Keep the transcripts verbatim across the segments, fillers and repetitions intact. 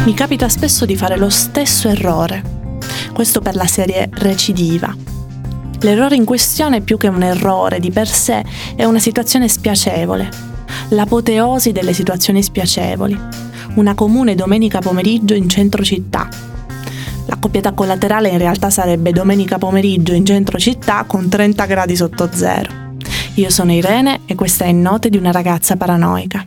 Mi capita spesso di fare lo stesso errore. Questo per la serie recidiva. L'errore in questione, più che un errore di per sé, è una situazione spiacevole. L'apoteosi delle situazioni spiacevoli. Una comune domenica pomeriggio in centro città. La coppiata collaterale in realtà sarebbe domenica pomeriggio in centro città con trenta gradi sotto zero. Io sono Irene e questa è Note di una ragazza paranoica.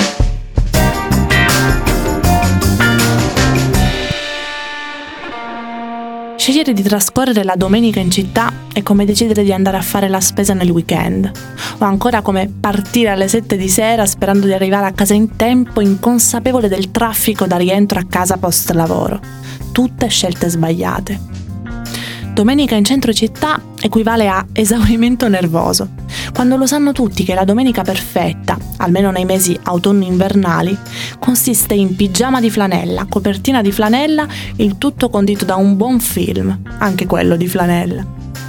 Scegliere di trascorrere la domenica in città è come decidere di andare a fare la spesa nel weekend, o ancora come partire alle sette di sera sperando di arrivare a casa in tempo, inconsapevole del traffico da rientro a casa post lavoro. Tutte scelte sbagliate. Domenica in centro città equivale a esaurimento nervoso, quando lo sanno tutti che la domenica perfetta, almeno nei mesi autunno-invernali, consiste in pigiama di flanella, copertina di flanella, il tutto condito da un buon film, anche quello di flanella.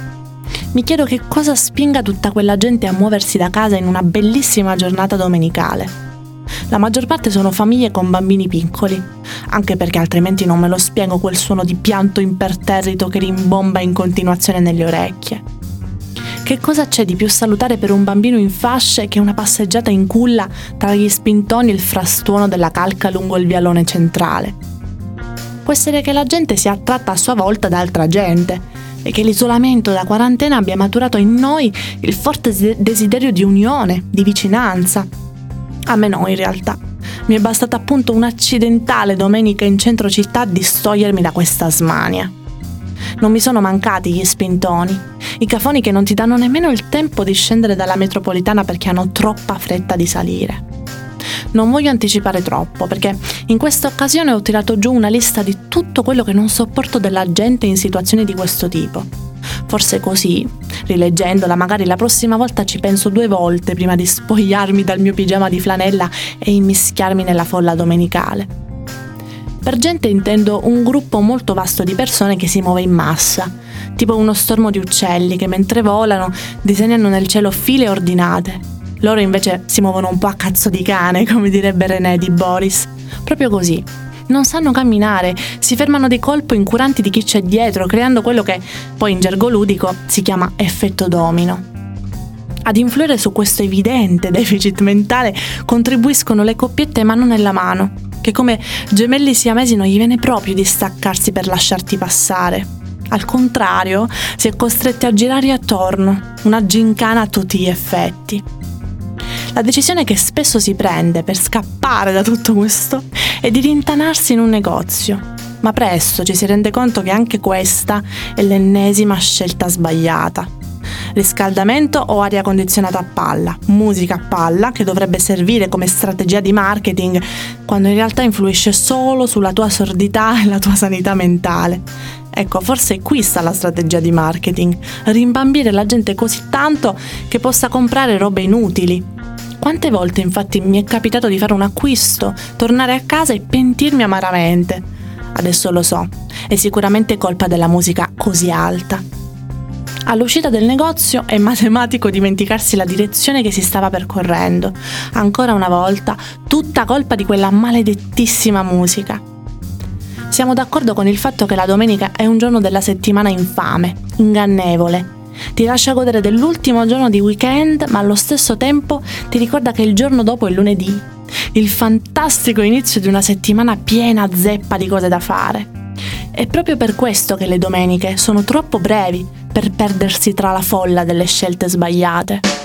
Mi chiedo che cosa spinga tutta quella gente a muoversi da casa in una bellissima giornata domenicale. La maggior parte sono famiglie con bambini piccoli, anche perché altrimenti non me lo spiego quel suono di pianto imperterrito che rimbomba in continuazione nelle orecchie. Che cosa c'è di più salutare per un bambino in fasce che una passeggiata in culla tra gli spintoni e il frastuono della calca lungo il vialone centrale? Può essere che la gente sia attratta a sua volta da altra gente e che l'isolamento da quarantena abbia maturato in noi il forte desiderio di unione, di vicinanza. A me no, in realtà. Mi è bastata appunto un'accidentale domenica in centro città a distogliermi da questa smania. Non mi sono mancati gli spintoni, i cafoni che non ti danno nemmeno il tempo di scendere dalla metropolitana perché hanno troppa fretta di salire. Non voglio anticipare troppo, perché in questa occasione ho tirato giù una lista di tutto quello che non sopporto della gente in situazioni di questo tipo. Forse così, rileggendola, magari la prossima volta ci penso due volte prima di spogliarmi dal mio pigiama di flanella e immischiarmi nella folla domenicale. Per gente intendo un gruppo molto vasto di persone che si muove in massa, tipo uno stormo di uccelli che mentre volano disegnano nel cielo file ordinate. Loro invece si muovono un po' a cazzo di cane, come direbbe René di Boris. Proprio così. Non sanno camminare, si fermano di colpo incuranti di chi c'è dietro, creando quello che poi in gergo ludico si chiama effetto domino. Ad influire su questo evidente deficit mentale contribuiscono le coppiette mano nella mano, che come gemelli siamesi non gli viene proprio di staccarsi per lasciarti passare. Al contrario, si è costretti a girare attorno, una gincana a tutti gli effetti. La decisione che spesso si prende per scappare da tutto questo è di rintanarsi in un negozio, ma presto ci si rende conto che anche questa è l'ennesima scelta sbagliata. Riscaldamento o aria condizionata a palla, musica a palla che dovrebbe servire come strategia di marketing quando in realtà influisce solo sulla tua sordità e la tua sanità mentale. Ecco, forse qui sta la strategia di marketing, rimbambire la gente così tanto che possa comprare robe inutili. Quante volte infatti mi è capitato di fare un acquisto, tornare a casa e pentirmi amaramente. Adesso lo so, è sicuramente colpa della musica così alta. All'uscita del negozio è matematico dimenticarsi la direzione che si stava percorrendo. Ancora una volta, tutta colpa di quella maledettissima musica. Siamo d'accordo con il fatto che la domenica è un giorno della settimana infame, ingannevole. Ti lascia godere dell'ultimo giorno di weekend, ma allo stesso tempo ti ricorda che il giorno dopo è lunedì, il fantastico inizio di una settimana piena zeppa di cose da fare. È proprio per questo che le domeniche sono troppo brevi per perdersi tra la folla delle scelte sbagliate.